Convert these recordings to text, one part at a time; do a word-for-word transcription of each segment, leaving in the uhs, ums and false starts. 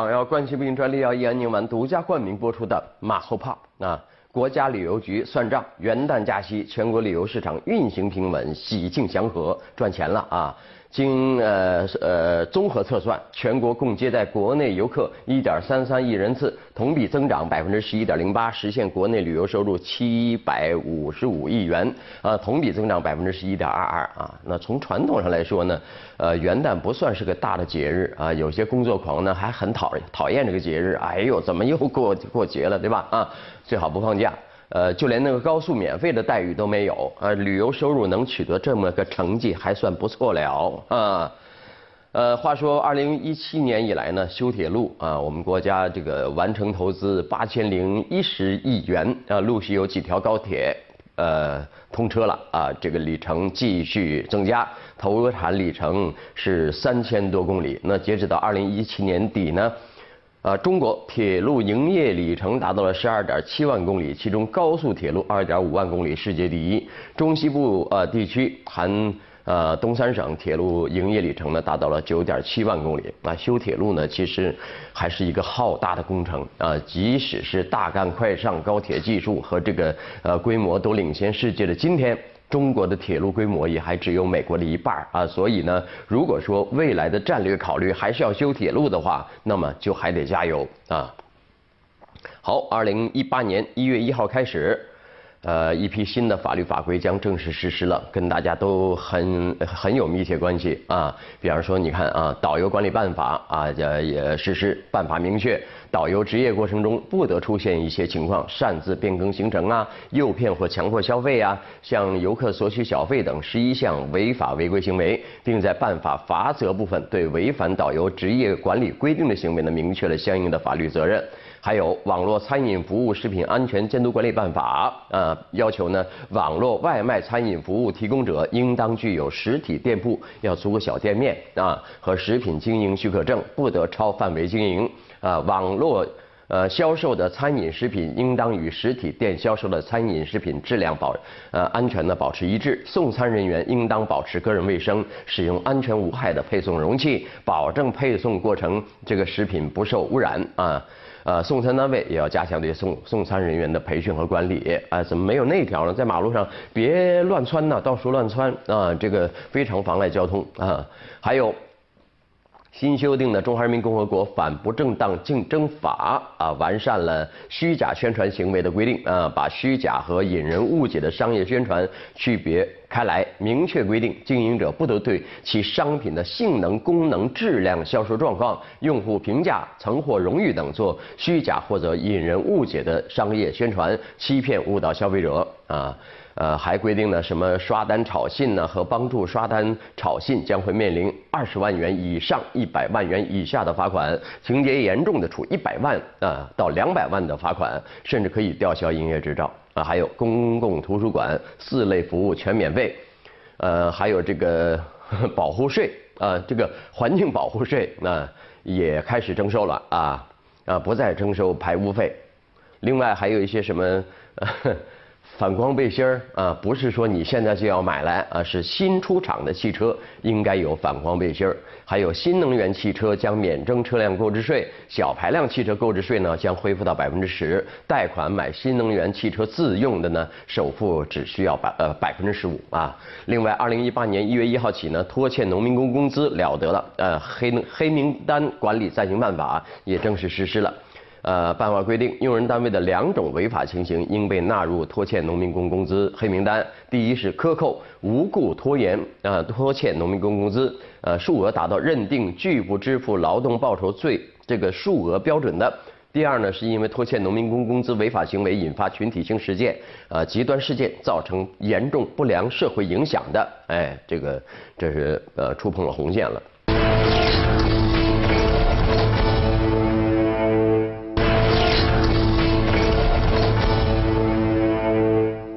党药冠心病专利药益安宁丸独家冠名播出的马后炮啊！国家旅游局算账，元旦假期全国旅游市场运行平稳，喜庆祥和，赚钱了啊！经呃呃综合测算，全国共接待国内游客一点三三亿人次，同比增长百分之十一点零八，实现国内旅游收入七百五十五亿元，啊，同比增长百分之十一点二二啊。那从传统上来说呢，呃，元旦不算是个大的节日啊，有些工作狂呢还很讨讨厌这个节日，哎呦，怎么又过过节了，对吧？啊，最好不放假。呃，就连那个高速免费的待遇都没有啊！旅游收入能取得这么个成绩，还算不错了啊。呃，话说二零一七年以来呢，修铁路啊，我们国家这个完成投资八千零一十亿元啊，陆续有几条高铁呃通车了啊，这个里程继续增加，投产里程是三千多公里。那截止到二零一七年底呢？呃，中国铁路营业里程达到了十二点七万公里，其中高速铁路二点五万公里，世界第一。中西部呃地区含呃东三省铁路营业里程呢达到了九点七万公里。啊，修铁路呢其实还是一个浩大的工程啊，即使是大干快上高铁技术和这个呃规模都领先世界的今天。中国的铁路规模也还只有美国的一半啊，所以呢，如果说未来的战略考虑还是要修铁路的话，那么就还得加油啊。好，二零一八年一月一号开始，呃，一批新的法律法规将正式实施了，跟大家都很很有密切关系啊。比方说，你看啊，导游管理办法啊，也也实施，办法明确。导游执业过程中不得出现一些情况，擅自变更行程啊、诱骗或强迫消费啊、向游客索取小费等十一项违法违规行为，并在办法罚则部分对违反导游执业管理规定的行为呢，明确了相应的法律责任。还有网络餐饮服务食品安全监督管理办法啊，要求呢，网络外卖餐饮服务提供者应当具有实体店铺，要租个小店面啊，和食品经营许可证，不得超范围经营。啊，网络呃销售的餐饮食品应当与实体店销售的餐饮食品质量保呃安全呢保持一致。送餐人员应当保持个人卫生，使用安全无害的配送容器，保证配送过程这个食品不受污染啊。呃，送餐单位也要加强对送送餐人员的培训和管理。啊、呃，怎么没有那条呢？在马路上别乱窜呐，到处乱窜啊，这个非常妨碍交通啊。还有。新修订的《中华人民共和国反不正当竞争法》啊，完善了虚假宣传行为的规定啊，把虚假和引人误解的商业宣传区别开来，明确规定经营者不得对其商品的性能、功能、质量、销售状况、用户评价、曾获荣誉等做虚假或者引人误解的商业宣传，欺骗误导消费者啊。呃，还规定了什么刷单炒信呢和帮助刷单炒信将会面临二十万元以上一百万元以下的罚款，情节严重的处一百万啊到两百万的罚款，甚至可以吊销营业执照啊。还有公共图书馆四类服务全免费，呃，还有这个呵呵保护税啊，这个环境保护税啊也开始征收了啊啊，不再征收排污费。另外还有一些什么。呃反光背心儿啊，不是说你现在就要买来啊，是新出厂的汽车应该有反光背心儿。还有新能源汽车将免征车辆购置税，小排量汽车购置税呢将恢复到百分之十。贷款买新能源汽车自用的呢，首付只需要百呃百分之十五啊。另外，二零一八年一月一号起呢，拖欠农民工工资了得了，呃黑黑名单管理暂行办法也正式实施了。呃，办法规定，用人单位的两种违法情形应被纳入拖欠农民工工资黑名单。第一是克扣、无故拖延啊、呃、拖欠农民工工资，呃，数额达到认定拒不支付劳动报酬最这个数额标准的。第二呢，是因为拖欠农民工工资违法行为引发群体性事件，呃，极端事件造成严重不良社会影响的，哎，这个这是呃触碰了红线了。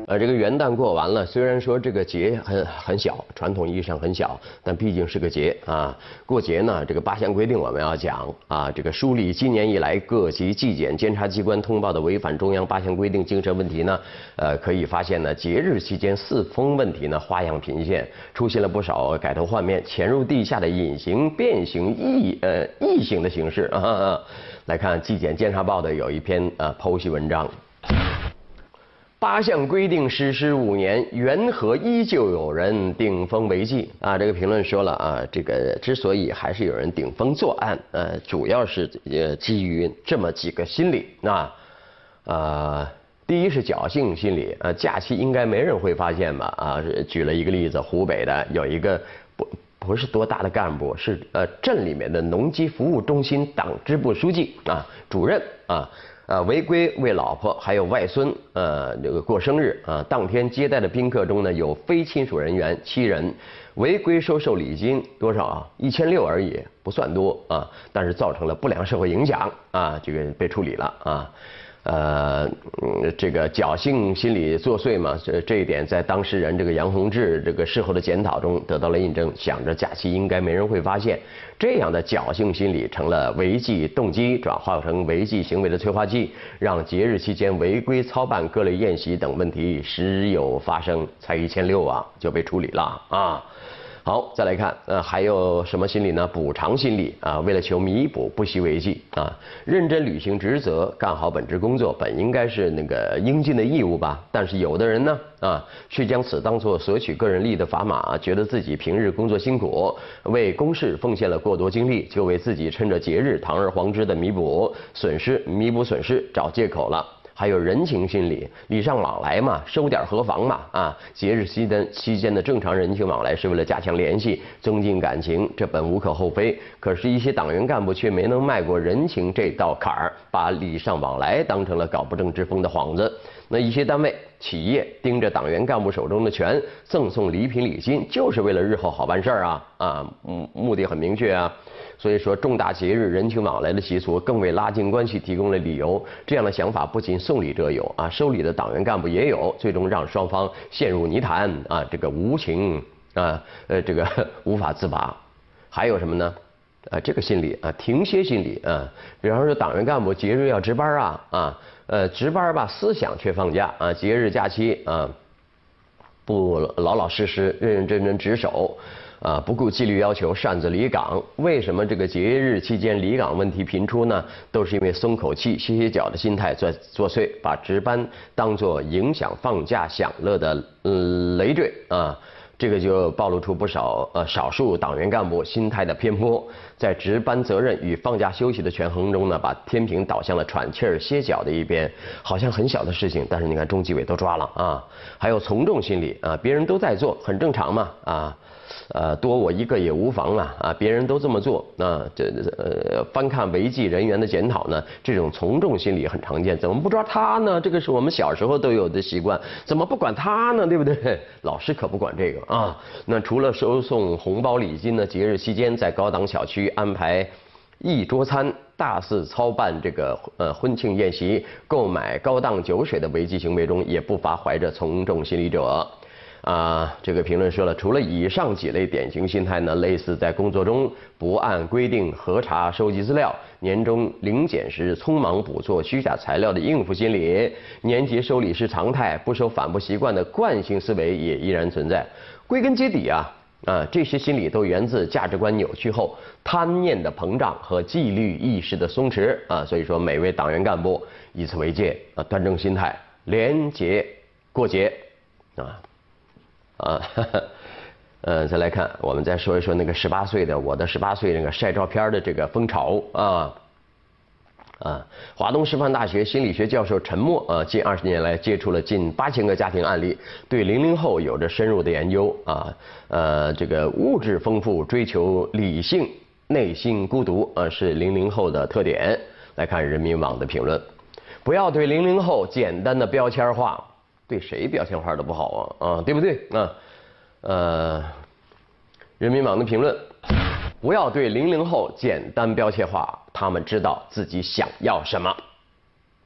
呃，这个元旦过完了，虽然说这个节很很小，传统意义上很小，但毕竟是个节啊。过节呢，这个八项规定我们要讲啊。这个梳理今年以来各级纪检监察机关通报的违反中央八项规定精神问题呢，呃，可以发现呢，节日期间四风问题呢花样频现，出现了不少改头换面、潜入地下的隐形、变形、异呃异形的形式啊。来看纪检监察报的有一篇呃剖析文章。八项规定实施五年，缘何依旧有人顶风违纪啊？这个评论说了啊，这个之所以还是有人顶风作案，呃，主要是呃基于这么几个心理啊，呃，第一是侥幸心理，呃，假期应该没人会发现吧？啊，举了一个例子，湖北的有一个不不是多大的干部，是呃镇里面的农机服务中心党支部书记啊，主任啊。呃，违规为老婆还有外孙呃这个过生日啊，当天接待的宾客中呢有非亲属人员七人，违规收受礼金多少啊？一千六而已，不算多啊，但是造成了不良社会影响啊，这个被处理了啊。呃，嗯，这个侥幸心理作祟嘛，这这一点在当事人这个杨洪志这个事后的检讨中得到了印证。想着假期应该没人会发现，这样的侥幸心理成了违纪动机，转化成违纪行为的催化剂，让节日期间违规操办各类宴席等问题时有发生，才一千六啊就被处理了啊。好，再来看，呃，还有什么心理呢？补偿心理啊，为了求弥补，不惜违纪啊，认真履行职责，干好本职工作，本应该是那个应尽的义务吧。但是有的人呢，啊，却将此当作索取个人利益的砝码，觉得自己平日工作辛苦，为公事奉献了过多精力，就为自己趁着节日堂而皇之的弥补损失、弥补损失找借口了。还有人情心理，礼尚往来嘛，收点何妨嘛啊！节日期间期间的正常人情往来是为了加强联系、增进感情，这本无可厚非。可是，一些党员干部却没能迈过人情这道坎儿，把礼尚往来当成了搞不正之风的幌子。那一些单位、企业盯着党员干部手中的权，赠送礼品礼金，就是为了日后好办事儿啊啊，目目的很明确啊。所以说，重大节日人情往来的习俗，更为拉近关系提供了理由。这样的想法不仅送礼者有啊，收礼的党员干部也有，最终让双方陷入泥潭啊，这个无情啊，呃，这个无法自拔。还有什么呢？啊，这个心理啊，停歇心理啊，比方说党员干部节日要值班啊啊，呃，值班吧，思想却放假啊，节日假期啊，不老老实实、认认真真值守。啊，不顾纪律要求擅自离岗。为什么这个节日期间离岗问题频出呢？都是因为松口气、歇歇脚的心态作作祟，把值班当作影响放假享乐的嗯累赘啊。这个就暴露出不少呃少数党员干部心态的偏颇，在值班责任与放假休息的权衡中呢，把天平倒向了喘气儿歇脚的一边。好像很小的事情，但是你看中纪委都抓了啊。还有从众心理啊，别人都在做，很正常嘛啊。呃，多我一个也无妨啊！啊，别人都这么做，那这呃，翻看违纪人员的检讨呢，这种从众心理很常见。怎么不抓他呢？这个是我们小时候都有的习惯，怎么不管他呢？对不对？老师可不管这个啊。那除了收送红包礼金呢，节日期间在高档小区安排一桌餐，大肆操办这个呃婚庆宴席，购买高档酒水的违纪行为中，也不乏怀着从众心理者。啊，这个评论说了，除了以上几类典型心态呢，类似在工作中不按规定核查收集资料，年终领检时匆忙补做虚假材料的应付心理，年节收礼是常态，不收反不习惯的惯性思维也依然存在。归根结底啊，啊，这些心理都源自价值观扭曲后贪念的膨胀和纪律意识的松弛啊。所以说，每位党员干部以此为戒啊，端正心态，廉洁过节啊。啊，呃，再来看，我们再说一说那个十八岁的我的十八岁那个晒照片的这个风潮啊啊！华东师范大学心理学教授陈默啊，近二十年来接触了近八千个家庭案例，对零零后有着深入的研究啊。呃，这个物质丰富、追求理性、内心孤独啊，是零零后的特点。来看人民网的评论，不要对零零后简单的标签化。对谁标签化都不好啊啊，对不对啊？呃，人民网的评论，不要对零零后简单标签化，他们知道自己想要什么啊。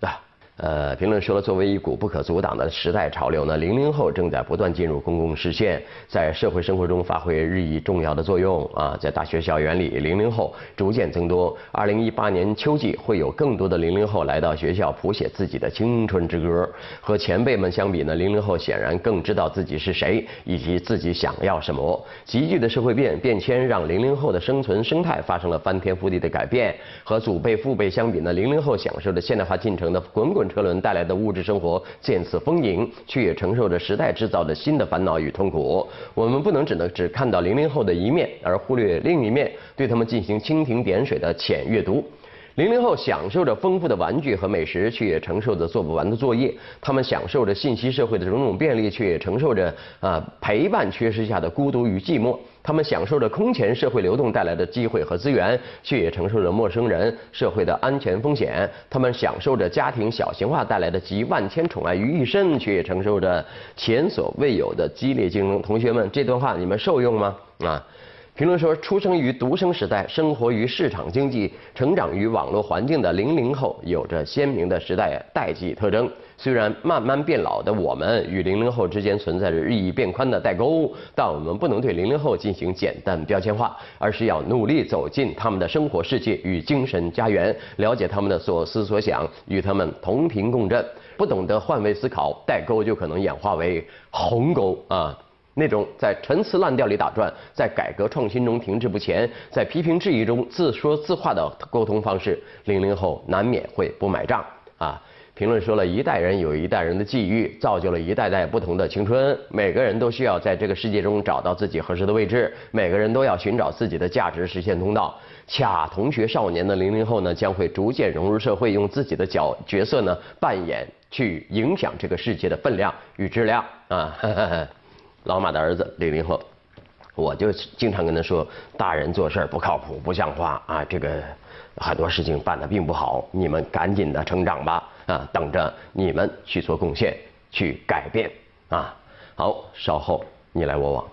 呃，评论说了，作为一股不可阻挡的时代潮流呢，零零后正在不断进入公共视线，在社会生活中发挥日益重要的作用啊。在大学校园里，零零后逐渐增多。二零一八年秋季会有更多的零零后来到学校谱写自己的青春之歌。和前辈们相比呢，零零后显然更知道自己是谁以及自己想要什么。急剧的社会变变迁让零零后的生存生态发生了翻天覆地的改变。和祖辈父辈相比呢，零零后享受着现代化进程的滚滚车轮带来的物质生活渐次丰盈，却也承受着时代制造的新的烦恼与痛苦。我们不能只能只看到零零后的一面，而忽略另一面，对他们进行蜻蜓点水的浅阅读。零零后享受着丰富的玩具和美食，却也承受着做不完的作业。他们享受着信息社会的种种便利，却也承受着啊、呃、陪伴缺失下的孤独与寂寞。他们享受着空前社会流动带来的机会和资源，却也承受着陌生人、社会的安全风险。他们享受着家庭小型化带来的集万千宠爱于一身，却也承受着前所未有的激烈竞争。同学们，这段话你们受用吗？啊？评论说，出生于独生时代，生活于市场经济，成长于网络环境的零零后，有着鲜明的时代代际特征。虽然慢慢变老的我们与零零后之间存在着日益变宽的代沟，但我们不能对零零后进行简单标签化，而是要努力走进他们的生活世界与精神家园，了解他们的所思所想，与他们同频共振。不懂得换位思考，代沟就可能演化为鸿沟啊！那种在陈词滥调里打转，在改革创新中停滞不前，在批评质疑中自说自话的沟通方式，零零后难免会不买账啊。评论说了，一代人有一代人的际遇，造就了一代代不同的青春。每个人都需要在这个世界中找到自己合适的位置，每个人都要寻找自己的价值实现通道。恰同学少年的零零后呢，将会逐渐融入社会，用自己的角角色呢扮演，去影响这个世界的分量与质量啊。呵呵呵老马的儿子零零后，我就经常跟他说，大人做事不靠谱，不像话啊，这个很多事情办得并不好，你们赶紧的成长吧，啊，等着你们去做贡献，去改变啊。好，稍后你来我往。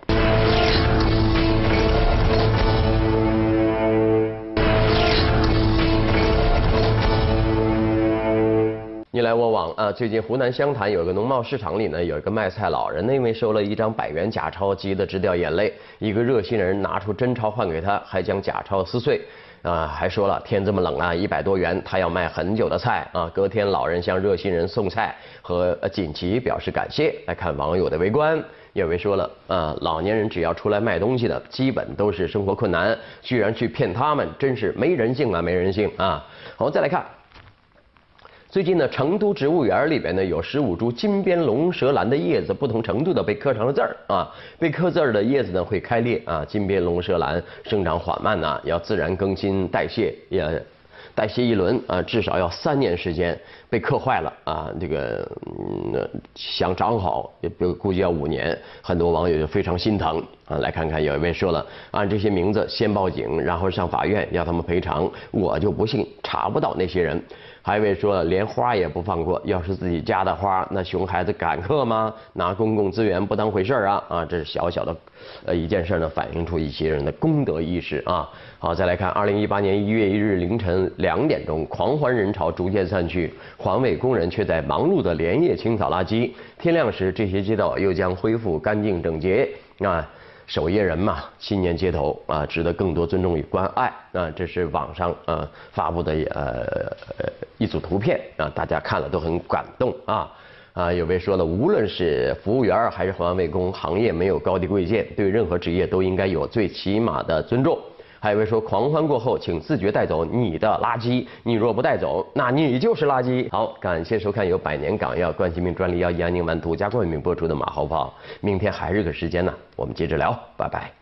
你来我往啊！最近湖南湘潭有个农贸市场里呢，有一个卖菜老人呢，因为收了一张百元假钞，急得直掉眼泪。一个热心人拿出真钞换给他，还将假钞撕碎，啊，还说了天这么冷啊，一百多元他要卖很久的菜啊。隔天老人向热心人送菜和锦旗表示感谢。来看网友的围观，有位说了啊，老年人只要出来卖东西的，基本都是生活困难，居然去骗他们，真是没人性啊，没人性啊！好，再来看。最近呢，成都植物园里边呢有十五株金边龙舌兰的叶子，不同程度的被刻成了字儿啊。被刻字儿的叶子呢会开裂啊。金边龙舌兰生长缓慢呐，要自然更新代谢，也代谢一轮啊，至少要三年时间。被刻坏了啊，这个嗯想长好也估计要五年。很多网友就非常心疼啊。来看看，有一位说了，按这些名字先报警，然后上法院要他们赔偿，我就不信查不到那些人。还有一位说，连花也不放过，要是自己家的花，那熊孩子敢刻吗？拿公共资源不当回事啊！啊，这是小小的呃一件事呢，反映出一些人的公德意识啊。好，再来看，二零一八年一月一日凌晨两点钟，狂欢人潮逐渐散去，环卫工人却在忙碌的连夜清扫垃圾。天亮时，这些街道又将恢复干净整洁啊。守夜人嘛，新年街头啊，值得更多尊重与关爱啊！这是网上呃发布的呃一组图片啊，大家看了都很感动啊啊！有位说了，无论是服务员还是环卫工，行业没有高低贵贱，对任何职业都应该有最起码的尊重。还有一位说，狂欢过后，请自觉带走你的垃圾，你若不带走，那你就是垃圾。好，感谢收看由百年港药冠心病专利药益安宁丸独家冠名播出的马后炮。明天还是个时间呢，我们接着聊，拜拜。